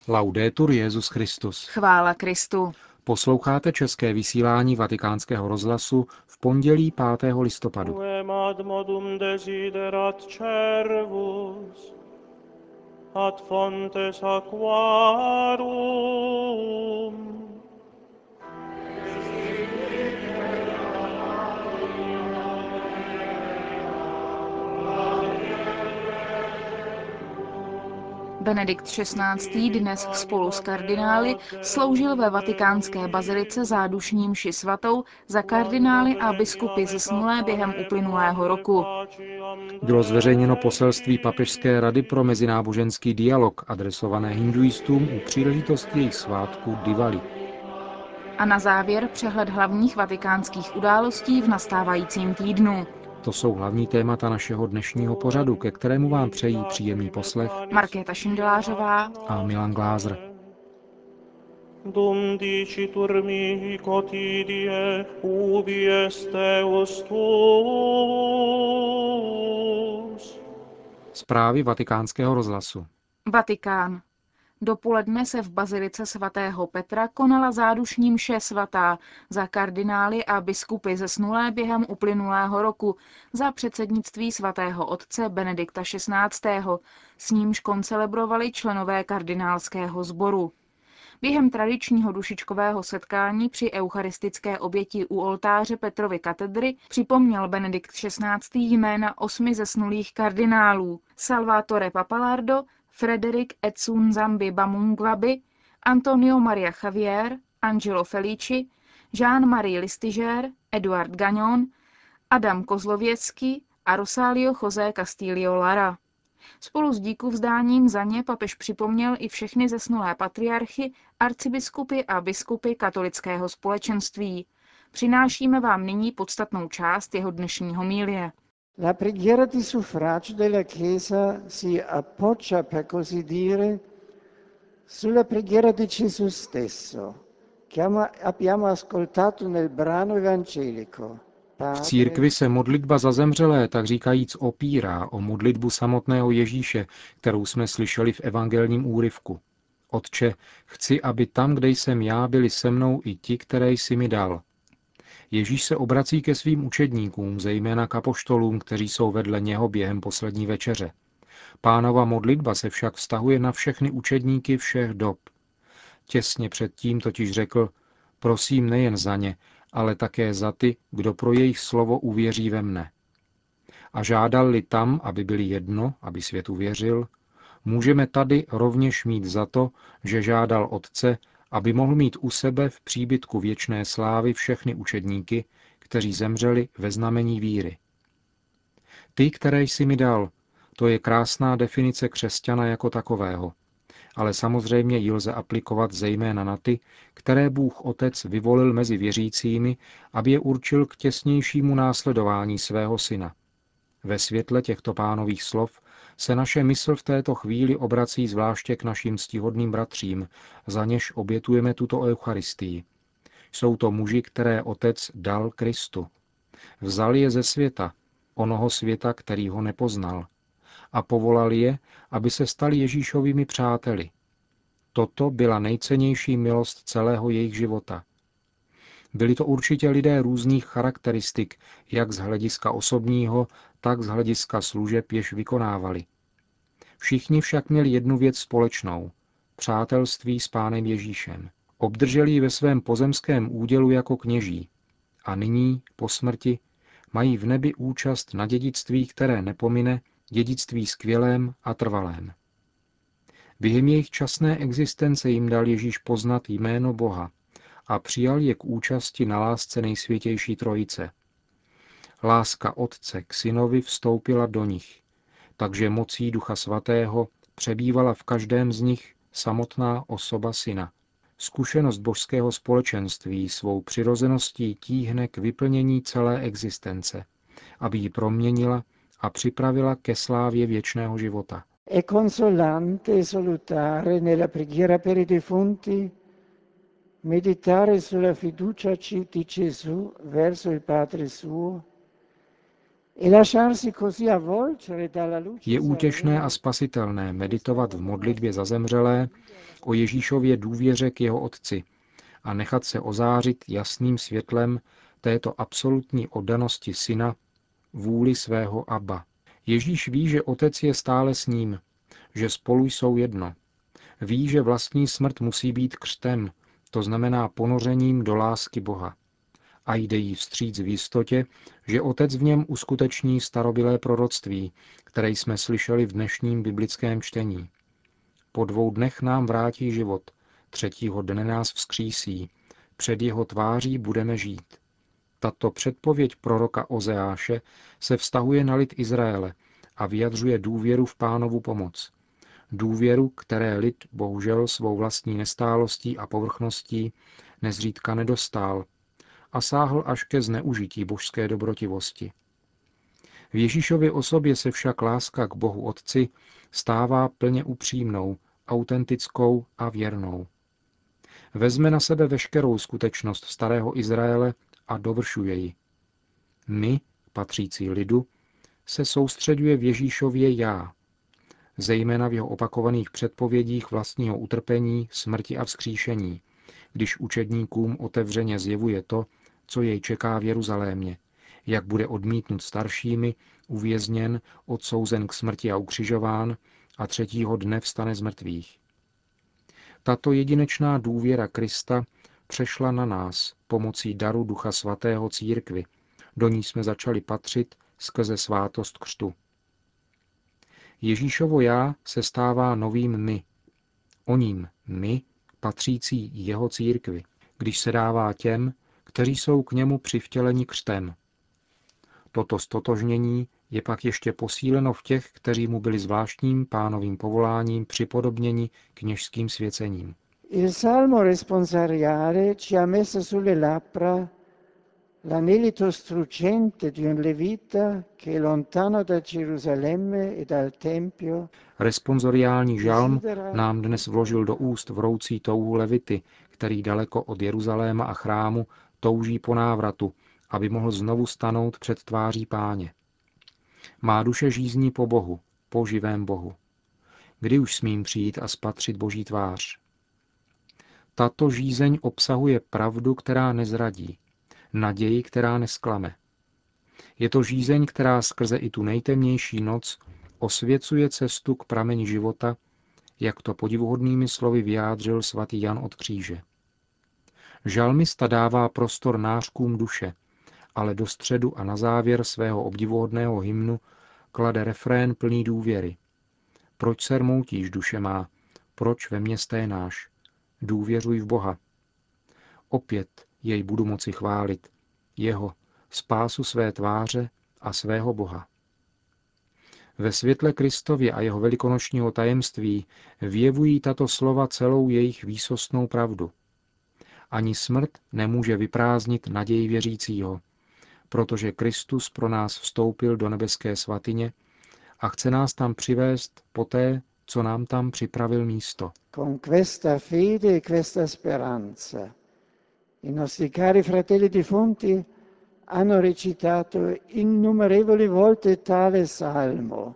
Laudetur Jesus Christus. Chvála Kristu. Posloucháte české vysílání Vatikánského rozhlasu v pondělí 5. listopadu. Ad fontes aquarum. Benedikt XVI. Dnes spolu s kardinály sloužil ve vatikánské bazilice zádušní mši svatou za kardinály a biskupy zesnulé během uplynulého roku. Bylo zveřejněno poselství Papežské rady pro mezináboženský dialog adresované hinduistům u příležitosti jejich svátku Diwali. A na závěr přehled hlavních vatikánských událostí v nastávajícím týdnu. To jsou hlavní témata našeho dnešního pořadu, ke kterému vám přejí příjemný poslech Markéta Šindelářová a Milan Glázer. Dum dicitur mihi quotidie, ubi est Deus tuus. Zprávy Vatikánského rozhlasu. Vatikán. Dopoledne se v bazilice svatého Petra konala zádušní mše svatá za kardinály a biskupy zesnulé během uplynulého roku za předsednictví svatého otce Benedikta XVI. S nímž koncelebrovali členové kardinálského sboru. Během tradičního dušičkového setkání při eucharistické oběti u oltáře Petrovy katedry připomněl Benedikt XVI. Jména 8 zesnulých kardinálů: Salvatore Pappalardo, Frederick Etsunzambi Bamungwabi, Antonio Maria Javier, Angelo Felici, Jean-Marie Listiger, Eduard Gagnon, Adam Kozlověcký a Rosalio José Castillo Lara. Spolu s díkuvzdáním za ně papež připomněl i všechny zesnulé patriarchy, arcibiskupy a biskupy katolického společenství. Přinášíme vám nyní podstatnou část jeho dnešní homilie. La preghiera di suffragio della Chiesa si appoggia, per così dire, sulla preghiera di Gesù stesso, che abbiamo ascoltato nel brano evangelico. V církvi se modlitba za zemřelé, tak říkajíc, opírá o modlitbu samotného Ježíše, kterou jsme slyšeli v evangelním úryvku. Otče, chci, aby tam, kde jsem já, byli se mnou i ti, které jsi mi dal. Ježíš se obrací ke svým učedníkům, zejména k apoštolům, kteří jsou vedle něho během poslední večeře. Pánova modlitba se však vztahuje na všechny učedníky všech dob. Těsně předtím totiž řekl, prosím nejen za ně, ale také za ty, kdo pro jejich slovo uvěří ve mne. A žádal-li tam, aby byli jedno, aby svět uvěřil, můžeme tady rovněž mít za to, že žádal Otce, aby mohl mít u sebe v příbytku věčné slávy všechny učedníky, kteří zemřeli ve znamení víry. Ty, které jsi mi dal, to je krásná definice křesťana jako takového, ale samozřejmě ji lze aplikovat zejména na ty, které Bůh Otec vyvolil mezi věřícími, aby je určil k těsnějšímu následování svého syna. Ve světle těchto pánových slov se naše mysl v této chvíli obrací zvláště k našim ctihodným bratřím, za něž obětujeme tuto eucharistii. Jsou to muži, které Otec dal Kristu. Vzal je ze světa, onoho světa, který ho nepoznal, a povolal je, aby se stali Ježíšovými přáteli. Toto byla nejcennější milost celého jejich života. Byli to určitě lidé různých charakteristik, jak z hlediska osobního, tak z hlediska služeb, jež vykonávali. Všichni však měli jednu věc společnou – přátelství s Pánem Ježíšem. Obdrželi ji ve svém pozemském údělu jako kněží a nyní, po smrti, mají v nebi účast na dědictví, které nepomine, dědictví skvělém a trvalém. Během jejich časné existence jim dal Ježíš poznat jméno Boha a přijal je k účasti na lásce nejsvětější trojice. Láska Otce k Synovi vstoupila do nich, takže mocí Ducha Svatého přebývala v každém z nich samotná osoba Syna. Zkušenost božského společenství svou přirozeností tíhne k vyplnění celé existence, aby ji proměnila a připravila ke slávě věčného života. È consolante salutare nella preghiera per i defunti, meditare sulla fiducia di Gesù verso il Padre suo Je útěšné a spasitelné meditovat v modlitbě za zemřelé o Ježíšově důvěře k jeho otci a nechat se ozářit jasným světlem této absolutní oddanosti syna vůli svého Abba. Ježíš ví, že otec je stále s ním, že spolu jsou jedno. Ví, že vlastní smrt musí být křtem, to znamená ponořením do lásky Boha. A jde jí vstříc v jistotě, že otec v něm uskuteční starobylé proroctví, které jsme slyšeli v dnešním biblickém čtení. Po 2 dnech nám vrátí život, 3. dne nás vzkřísí, před jeho tváří budeme žít. Tato předpověď proroka Ozeáše se vztahuje na lid Izraele a vyjadřuje důvěru v Pánovu pomoc. Důvěru, které lid bohužel svou vlastní nestálostí a povrchností nezřídka nedostál a sáhl až ke zneužití božské dobrotivosti. V Ježíšově osobě se však láska k Bohu Otci stává plně upřímnou, autentickou a věrnou. Vezme na sebe veškerou skutečnost starého Izraele a dovršuje ji. My, patřící lidu, se soustřeďuje v Ježíšově já, zejména v jeho opakovaných předpovědích vlastního utrpení, smrti a vzkříšení, když učedníkům otevřeně zjevuje to, co jej čeká v Jeruzalémě, jak bude odmítnut staršími, uvězněn, odsouzen k smrti a ukřižován a 3. dne vstane z mrtvých. Tato jedinečná důvěra Krista přešla na nás pomocí daru Ducha Svatého církvi, do ní jsme začali patřit skrze svátost křtu. Ježíšovo já se stává novým my. O ním my, patřící jeho církvi, když se dává těm, kteří jsou k němu přivtěleni křtem. Toto stotožnění je pak ještě posíleno v těch, kteří mu byli zvláštním pánovým povoláním připodobněni kněžským svěcením. Il salmo responsoriale ci ha messo sulle labbra l'anelito struggente di un levita che lontano da Gerusalemme e dal Tempio. Responsoriální žalm nám dnes vložil do úst vroucí touhu levity, který daleko od Jeruzaléma a chrámu touží po návratu, aby mohl znovu stanout před tváří Páně. Má duše žízní po Bohu, po živém Bohu. Kdy už smím přijít a spatřit Boží tvář? Tato žízeň obsahuje pravdu, která nezradí, naději, která nesklame. Je to žízeň, která skrze i tu nejtemnější noc osvěcuje cestu k prameni života, jak to podivuhodnými slovy vyjádřil svatý Jan od kříže. Žalmista dává prostor nářkům duše, ale do středu a na závěr svého obdivuhodného hymnu klade refrén plný důvěry. Proč se rmoutíš, duše má? Proč ve mně sténáš? Důvěřuj v Boha. Opět jej budu moci chválit, jeho, spásu své tváře a svého Boha. Ve světle Kristově a jeho velikonočního tajemství vyjevují tato slova celou jejich výsostnou pravdu. Ani smrt nemůže vyprázdnit naději věřícího, protože Kristus pro nás vstoupil do nebeské svatyně a chce nás tam přivést poté, co nám tam připravil místo. Con questa fede e questa speranza i nostri cari fratelli defunti hanno recitato innumerevoli volte tale salmo.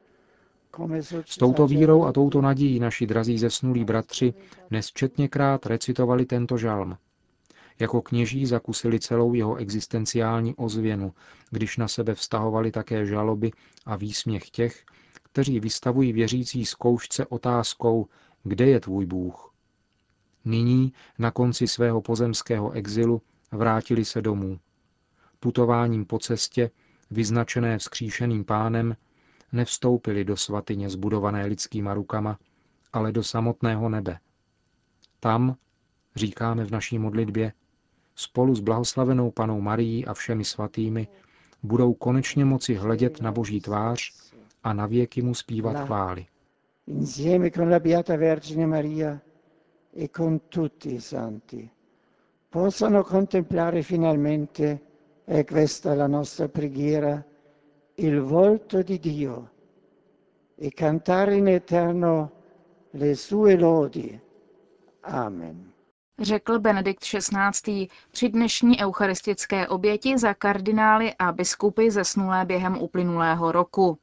S touto vírou a touto nadějí naši drazí zesnulí bratři nesčetněkrát recitovali tento žalm. Jako kněží zakusili celou jeho existenciální ozvěnu, když na sebe vztahovali také žaloby a výsměch těch, kteří vystavují věřící zkoušce otázkou, kde je tvůj Bůh. Nyní, na konci svého pozemského exilu, vrátili se domů. Putováním po cestě, vyznačené vzkříšeným Pánem, nevstoupili do svatyně zbudované lidskýma rukama, ale do samotného nebe. Tam, říkáme v naší modlitbě, spolu s blahoslavenou Pannou Marií a všemi svatými budou konečně moci hledět na Boží tvář a navěky mu zpívat chvály. Insieme con la Beata Vergine Maria e con tutti i santi possano contemplare finalmente, è questa la nostra preghiera, il volto di Dio e cantare in eterno le sue lodi. Amen. řekl Benedikt XVI. Při dnešní eucharistické oběti za kardinály a biskupy zesnulé během uplynulého roku.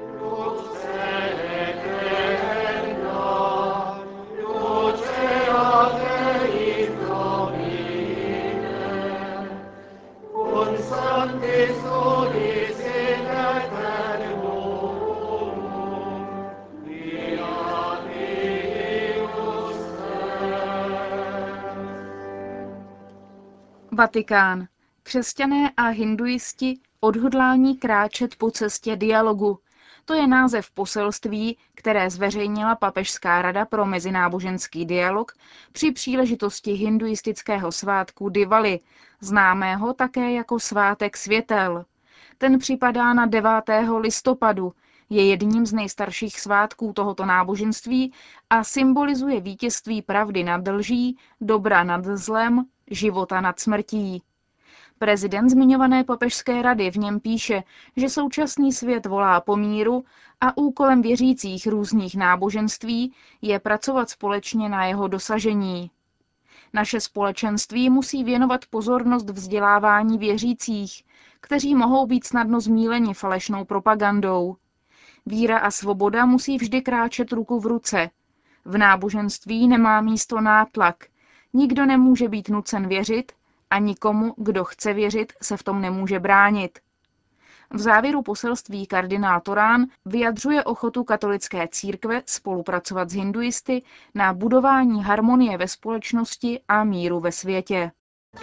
Vatikán. Křesťané a hinduisti odhodlání kráčet po cestě dialogu. To je název poselství, které zveřejnila Papežská rada pro mezináboženský dialog při příležitosti hinduistického svátku Diwali, známého také jako svátek světel. Ten připadá na 9. listopadu, je jedním z nejstarších svátků tohoto náboženství a symbolizuje vítězství pravdy nad lží, dobra nad zlem, života nad smrtí. Prezident zmiňované papežské rady v něm píše, že současný svět volá po míru a úkolem věřících různých náboženství je pracovat společně na jeho dosažení. Naše společenství musí věnovat pozornost vzdělávání věřících, kteří mohou být snadno zmýleni falešnou propagandou. Víra a svoboda musí vždy kráčet ruku v ruce. V náboženství nemá místo nátlak. Nikdo nemůže být nucen věřit a nikomu, kdo chce věřit, se v tom nemůže bránit. V závěru poselství kardinál Torán vyjadřuje ochotu katolické církve spolupracovat s hinduisty na budování harmonie ve společnosti a míru ve světě.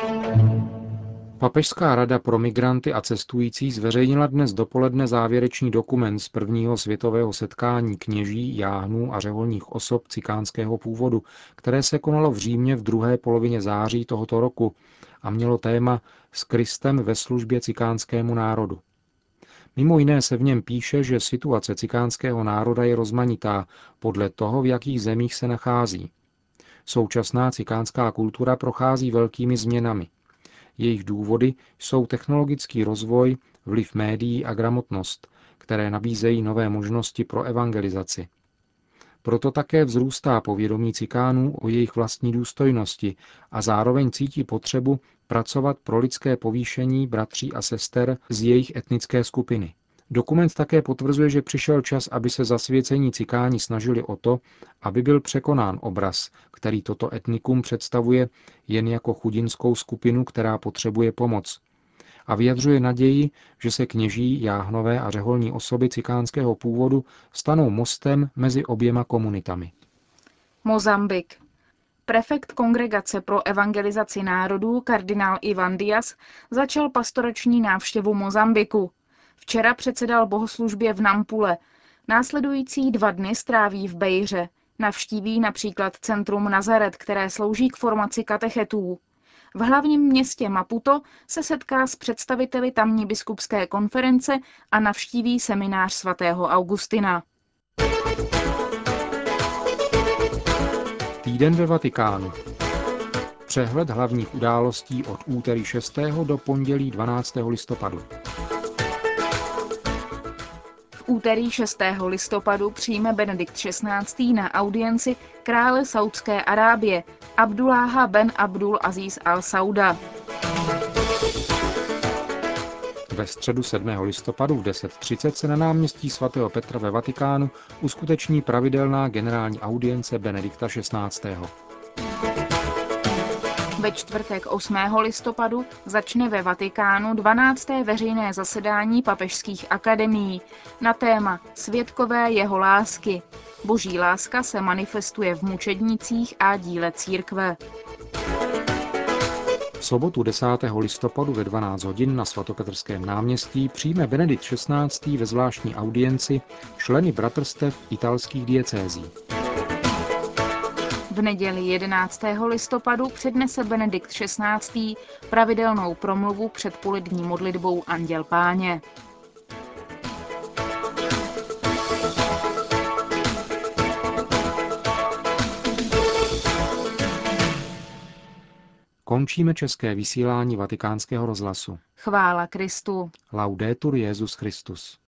Papežská rada pro migranty a cestující zveřejnila dnes dopoledne závěrečný dokument z prvního světového setkání kněží, jáhnů a řeholních osob cikánského původu, které se konalo v Římě v druhé polovině září tohoto roku a mělo téma S Kristem ve službě cikánskému národu. Mimo jiné se v něm píše, že situace cikánského národa je rozmanitá podle toho, v jakých zemích se nachází. Současná cikánská kultura prochází velkými změnami. Jejich důvody jsou technologický rozvoj, vliv médií a gramotnost, které nabízejí nové možnosti pro evangelizaci. Proto také vzrůstá povědomí cikánů o jejich vlastní důstojnosti a zároveň cítí potřebu pracovat pro lidské povýšení bratří a sester z jejich etnické skupiny. Dokument také potvrzuje, že přišel čas, aby se zasvěcení cikáni snažili o to, aby byl překonán obraz, který toto etnikum představuje jen jako chudinskou skupinu, která potřebuje pomoc. A vyjadřuje naději, že se kněží, jáhnové a řeholní osoby cikánského původu stanou mostem mezi oběma komunitami. Mozambik. Prefekt Kongregace pro evangelizaci národů kardinál Ivan Dias začal pastorační návštěvu Mozambiku. Včera předsedal bohoslužbě v Nampule. Následující 2 dny stráví v Bejře. Navštíví například centrum Nazaret, které slouží k formaci katechetů. V hlavním městě Maputo se setká s představiteli tamní biskupské konference a navštíví seminář svatého Augustina. Týden ve Vatikánu. Přehled hlavních událostí od úterý 6. do pondělí 12. listopadu. V úterý 6. listopadu přijme Benedikt XVI. Na audienci krále Saúdské Arábie Abdulláha ben Abdul Aziz al-Sauda. Ve středu 7. listopadu v 10:30 se na náměstí svatého Petra ve Vatikánu uskuteční pravidelná generální audience Benedikta XVI. Ve čtvrtek 8. listopadu začne ve Vatikánu 12. veřejné zasedání papežských akademií na téma Svědkové jeho lásky. Boží láska se manifestuje v mučednicích a díle církve. V sobotu 10. listopadu ve 12 hodin na svatopetrském náměstí přijme Benedikt XVI. Ve zvláštní audienci členy bratrstev italských diecézí. V neděli 11. listopadu přednese Benedikt XVI. Pravidelnou promluvu před polední modlitbou Anděl Páně. Končíme české vysílání Vatikánského rozhlasu. Chvála Kristu. Laudetur Jesus Christus.